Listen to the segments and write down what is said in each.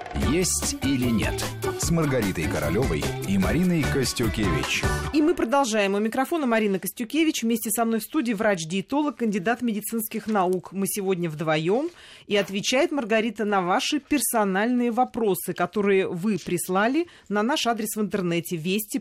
«Есть или нет» с Маргаритой Королевой и Мариной Костюкевич. И мы продолжаем. У микрофона Марина Костюкевич. Вместе со мной в студии врач-диетолог, кандидат медицинских наук. Мы сегодня вдвоем. И отвечает Маргарита на ваши персональные вопросы, которые вы прислали на наш адрес в интернете.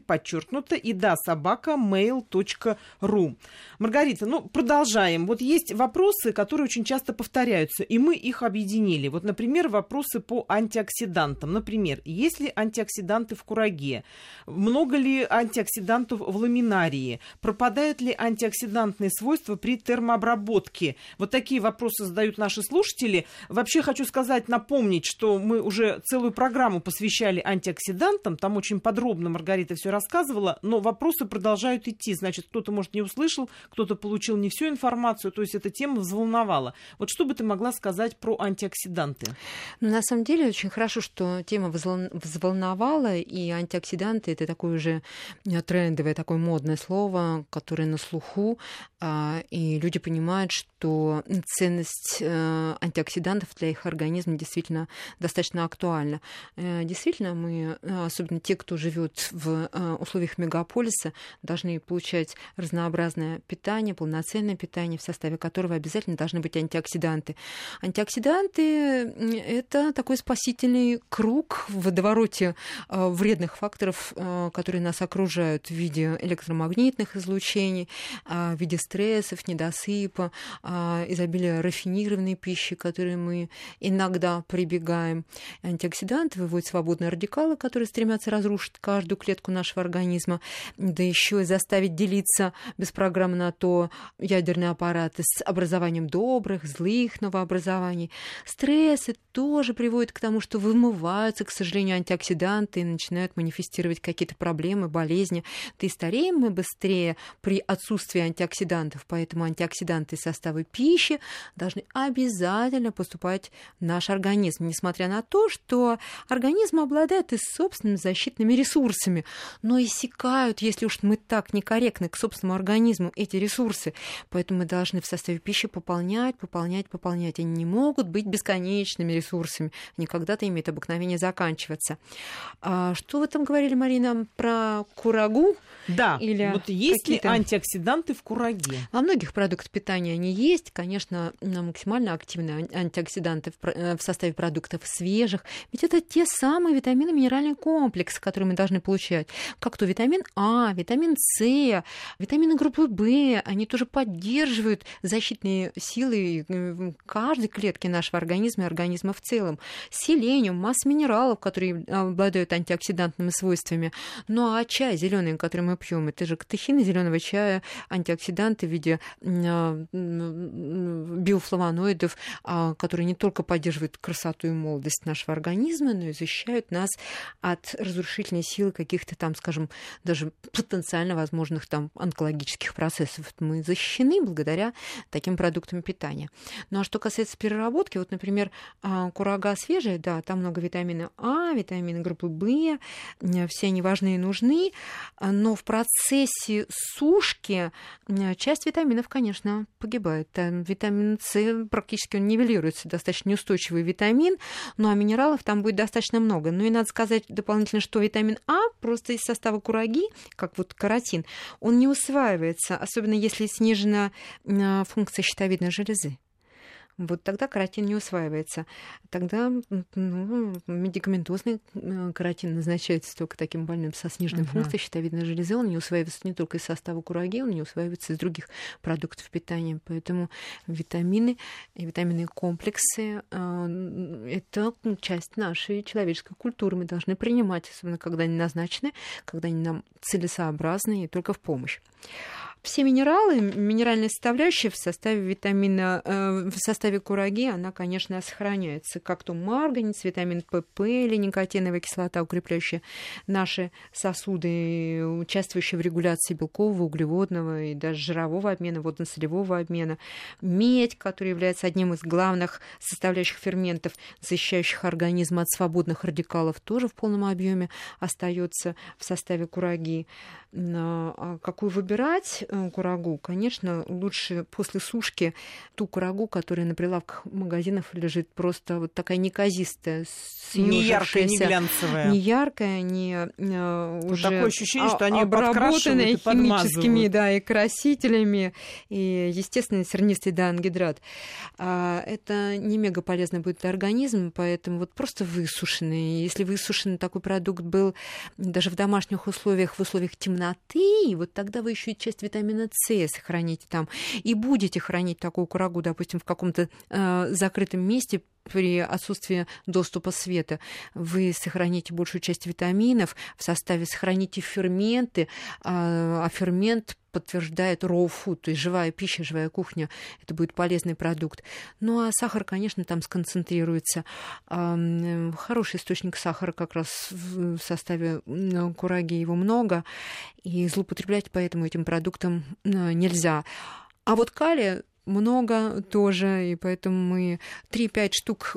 вести_собака_mail.ru. Маргарита, продолжаем. Вот есть вопросы, которые очень часто повторяются, и мы их объединили. Вот, например, вопросы по антиоксидантам. Например, есть ли антиоксиданты в кураге? Много ли антиоксидантов в ламинарии? Пропадают ли антиоксидантные свойства при термообработке? Вот такие вопросы задают наши слушатели. Вообще хочу напомнить, что мы уже целую программу посвящали антиоксидантам. Там очень подробно Маргарита все рассказывала, но вопросы продолжают идти. Значит, кто-то, может, не услышал, кто-то получил не всю информацию, то есть эта тема взволновала. Вот что бы ты могла сказать про антиоксиданты? На самом деле очень хорошо, что тема взволновала, и антиоксиданты — это такое уже трендовое, такое модное слово, которое на слуху, и люди понимают, что ценность антиоксидантов для их организма действительно достаточно актуальна. Действительно, мы, особенно те, кто живет в условиях мегаполиса, должны получать разнообразное питание, полноценное питание, в составе которого обязательно должны быть антиоксиданты. Антиоксиданты — это такой спасительный круг в водовороте вредных факторов, которые нас окружают в виде электромагнитных излучений, в виде стрессов, недосыпа, изобилия рафинированной пищи, к которой мы иногда прибегаем. Антиоксиданты выводят свободные радикалы, которые стремятся разрушить каждую клетку нашего организма, да еще и заставить делиться без программы на то ядерные аппараты с образованием добрых, злых новообразований. Стрессы тоже приводят к тому, что вымываются, к сожалению, антиоксиданты и начинают манифестировать какие-то проблемы, болезни. Да и стареем мы быстрее при отсутствии антиоксидантов, поэтому антиоксиданты из состава пищи должны обязательно поступать в наш организм, несмотря на то, что организм обладает и собственными защитными ресурсами, но иссякают, если уж мы так некорректны к собственному организму, эти ресурсы. Поэтому мы должны в составе пищи пополнять. Они не могут быть бесконечными ресурсами. Они когда-то имеют обыкновение заканчиваться. Что вы там говорили, Марина, про курагу? Да, или вот есть ли антиоксиданты в кураге? Во многих продуктах питания они есть. Конечно, максимально активные антиоксиданты в составе продуктов свежих. Ведь это те самые витамины, минеральный комплекс, которые мы должны получать. Как то витамин А, витамин С, витамины группы В. Они тоже поддерживают защитные силы каждой клетки нашего организма и организма в целом. Селениум, масса минералов, которые обладают антиоксидантными свойствами. Ну а чай зеленый, который мы пьем, это же катехины зеленого чая, антиоксиданты в виде биофлавоноидов, которые не только поддерживают красоту и молодость нашего организма, но и защищают нас от разрушительной силы каких-то там, скажем, даже потенциально возможных там онкологических процессов. Мы защищены благодаря таким продуктам питания. Ну а что касается переработки, вот, например, курага свежая, да, там много витамина А, витамины группы В, все они важны и нужны, но в процессе сушки часть витаминов, конечно, погибает. Там витамин С практически он нивелируется, достаточно неустойчивый витамин, ну а минералов там будет достаточно много. Ну и надо сказать дополнительно, что витамин А просто из состава кураги, как вот каротин, он не усваивается, особенно если снижена функция щитовидной железы. Вот тогда каротин не усваивается. Тогда медикаментозный каротин назначается только таким больным со сниженной функцией щитовидной железы. Он не усваивается не только из состава кураги, он не усваивается из других продуктов питания. Поэтому витамины и витаминные комплексы — это часть нашей человеческой культуры. Мы должны принимать, особенно когда они назначены, когда они нам целесообразны и только в помощь. Все минералы, минеральная составляющая в составе в составе кураги, она, конечно, сохраняется. Как то марганец, витамин ПП или никотиновая кислота, укрепляющая наши сосуды, участвующая в регуляции белкового, углеводного и даже жирового обмена, водно-солевого обмена. Медь, которая является одним из главных составляющих ферментов, защищающих организм от свободных радикалов, тоже в полном объеме остается в составе кураги. какую выбирать курагу, конечно, лучше после сушки ту курагу, которая на прилавках магазинов лежит просто вот такая неказистая, не яркая, не глянцевая. Не яркая, не уже такое ощущение, что они обработанные химическими, и да, и красителями, и, естественно, сернистый ангидрат. Это не мега полезно будет для организма, поэтому вот просто высушенный. Если высушенный такой продукт был даже в домашних условиях, в условиях темноты, вот тогда вы еще и часть витамина С сохраните там. И будете хранить такую курагу, допустим, в каком-то закрытом месте при отсутствии доступа света. Вы сохраните большую часть витаминов, в составе сохраните ферменты, а фермент подтверждает raw food, то есть живая пища, живая кухня. Это будет полезный продукт. Ну, а сахар, конечно, там сконцентрируется. Хороший источник сахара как раз в составе кураги, его много, и злоупотреблять поэтому этим продуктом нельзя. А вот калия много тоже, и поэтому мы 3-5 штук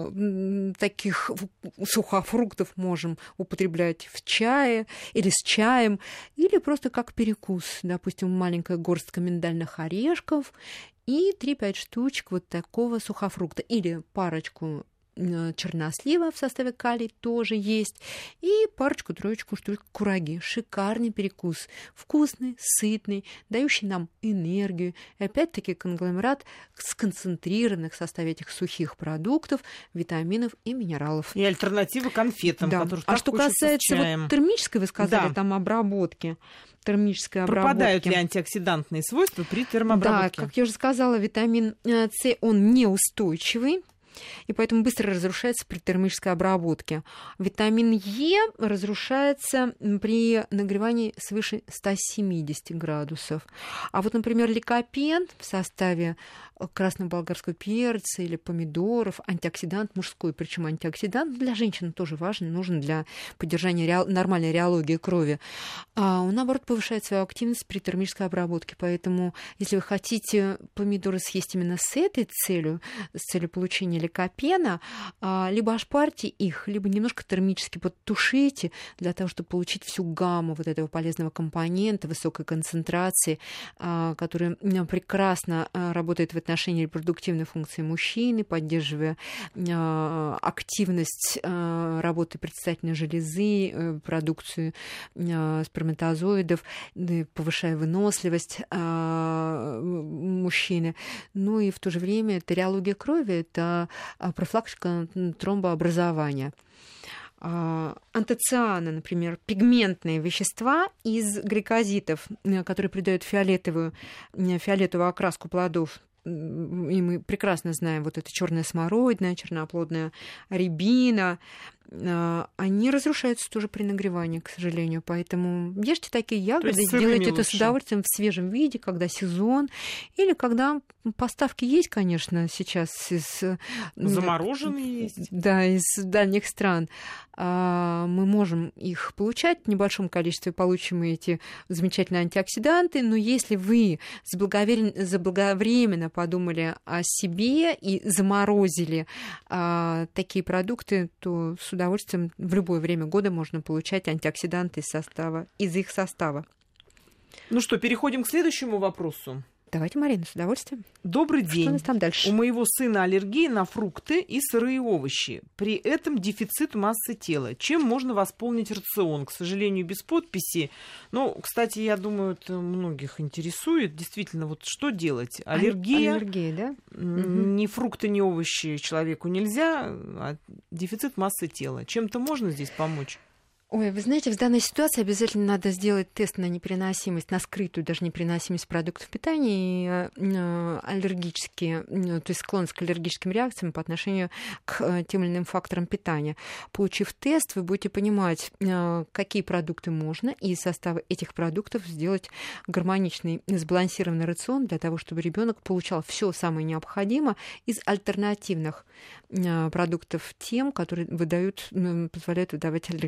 таких сухофруктов можем употреблять в чае или с чаем, или просто как перекус. Допустим, маленькая горстка миндальных орешков и 3-5 штучек вот такого сухофрукта, или парочку чернослива в составе калий тоже есть, и парочку-троечку штук кураги. Шикарный перекус, вкусный, сытный, дающий нам энергию. И опять-таки конгломерат сконцентрированных в составе этих сухих продуктов, витаминов и минералов. И альтернатива конфетам, да. которых А что касается вот термической, вы сказали, там обработки, термической обработки. Пропадают ли антиоксидантные свойства при термообработке? Да, как я уже сказала, витамин С, он неустойчивый, и поэтому быстро разрушается при термической обработке. Витамин Е разрушается при нагревании свыше 170 градусов. А вот, например, ликопен в составе красного болгарского перца или помидоров, антиоксидант мужской, причем антиоксидант для женщин тоже важен, нужен для поддержания нормальной реологии крови. Он, наоборот, повышает свою активность при термической обработке. Поэтому, если вы хотите помидоры съесть именно с этой целью, с целью получения ликопена, либо ошпарьте их, либо немножко термически подтушите для того, чтобы получить всю гамму вот этого полезного компонента высокой концентрации, который прекрасно работает в отношении репродуктивной функции мужчины, поддерживая активность работы предстательной железы, продукцию сперматозоидов, повышая выносливость мужчины. Ну и в то же время это реология крови, это профилактика тромбообразования. Антоцианы, например, пигментные вещества из гликозидов, которые придают фиолетовую окраску плодов, и мы прекрасно знаем, вот эта черная смородина, черноплодная рябина, они разрушаются тоже при нагревании, к сожалению. Поэтому ешьте такие ягоды, делайте это с удовольствием в свежем виде, когда сезон, или когда поставки есть, конечно, сейчас замороженные есть. Да, из дальних стран. Мы можем их получать в небольшом количестве, получим эти замечательные антиоксиданты, но если вы заблаговременно подумали о себе и заморозили такие продукты, то с удовольствием в любое время года можно получать антиоксиданты из их состава. Ну что, переходим к следующему вопросу. Давайте, Марина, с удовольствием. Добрый день. Что у нас там дальше? У моего сына аллергия на фрукты и сырые овощи. При этом дефицит массы тела. Чем можно восполнить рацион? К сожалению, без подписи. Ну, кстати, я думаю, это многих интересует. Действительно, вот что делать? Аллергия, да? Ни фрукты, ни овощи человеку нельзя, а дефицит массы тела. Чем-то можно здесь помочь? Ой, вы знаете, в данной ситуации обязательно надо сделать тест на непереносимость, на скрытую даже непереносимость продуктов питания и аллергические, то есть склонность к аллергическим реакциям по отношению к тем или иным факторам питания. Получив тест, вы будете понимать, какие продукты можно, и из состава этих продуктов сделать гармоничный, сбалансированный рацион для того, чтобы ребенок получал все самое необходимое из альтернативных продуктов тем, которые позволяют выдавать аллергическую реакцию.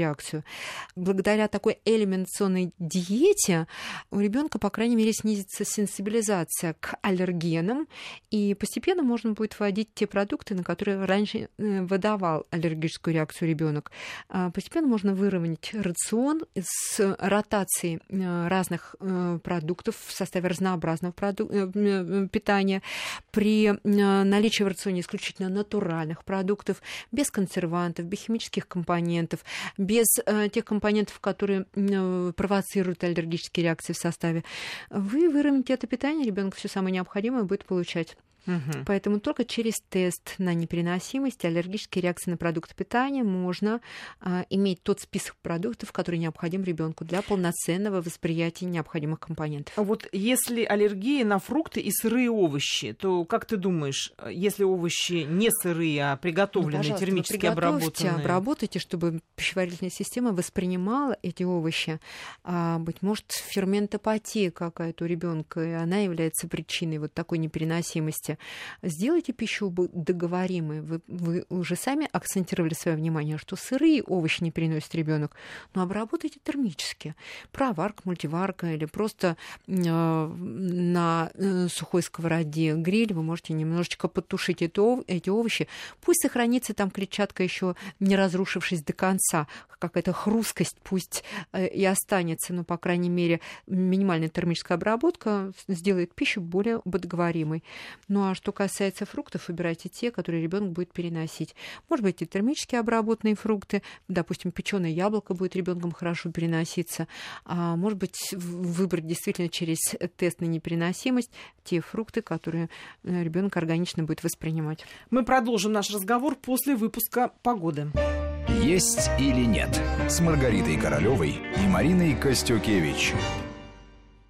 реакцию. Благодаря такой элиминационной диете у ребенка, по крайней мере, снизится сенсибилизация к аллергенам, и постепенно можно будет вводить те продукты, на которые раньше выдавал аллергическую реакцию ребенок. Постепенно можно выровнять рацион с ротацией разных продуктов в составе разнообразного питания, при наличии в рационе исключительно натуральных продуктов, без консервантов, без химических компонентов, без тех компонентов, которые провоцируют аллергические реакции в составе. Вы выровняете это питание, ребенок все самое необходимое будет получать. Поэтому только через тест на непереносимость и аллергические реакции на продукты питания можно иметь тот список продуктов, который необходим ребенку для полноценного восприятия необходимых компонентов. А вот если аллергия на фрукты и сырые овощи, то как ты думаешь, если овощи не сырые, а приготовленные, термически обработанные? Обработайте, чтобы пищеварительная система воспринимала эти овощи. Быть может, ферментопатия какая-то у ребенка, и она является причиной вот такой непереносимости. Сделайте пищу договоримой. Вы уже сами акцентировали свое внимание, что сырые овощи не переносит ребенок, но обработайте термически. Проварка, мультиварка или просто на сухой сковороде гриль. Вы можете немножечко подтушить эти овощи. Пусть сохранится там клетчатка еще не разрушившись до конца. Какая-то хрусткость пусть и останется, но, по крайней мере, минимальная термическая обработка сделает пищу более удобоваримой. Ну а что касается фруктов, выбирайте те, которые ребенок будет переносить. Может быть, и термически обработанные фрукты, допустим, печеное яблоко будет ребенком хорошо переноситься. А может быть, выбрать действительно через тест на непереносимость те фрукты, которые ребенок органично будет воспринимать. Мы продолжим наш разговор после выпуска погоды. «Есть или нет» с Маргаритой Королевой и Мариной Костюкевич.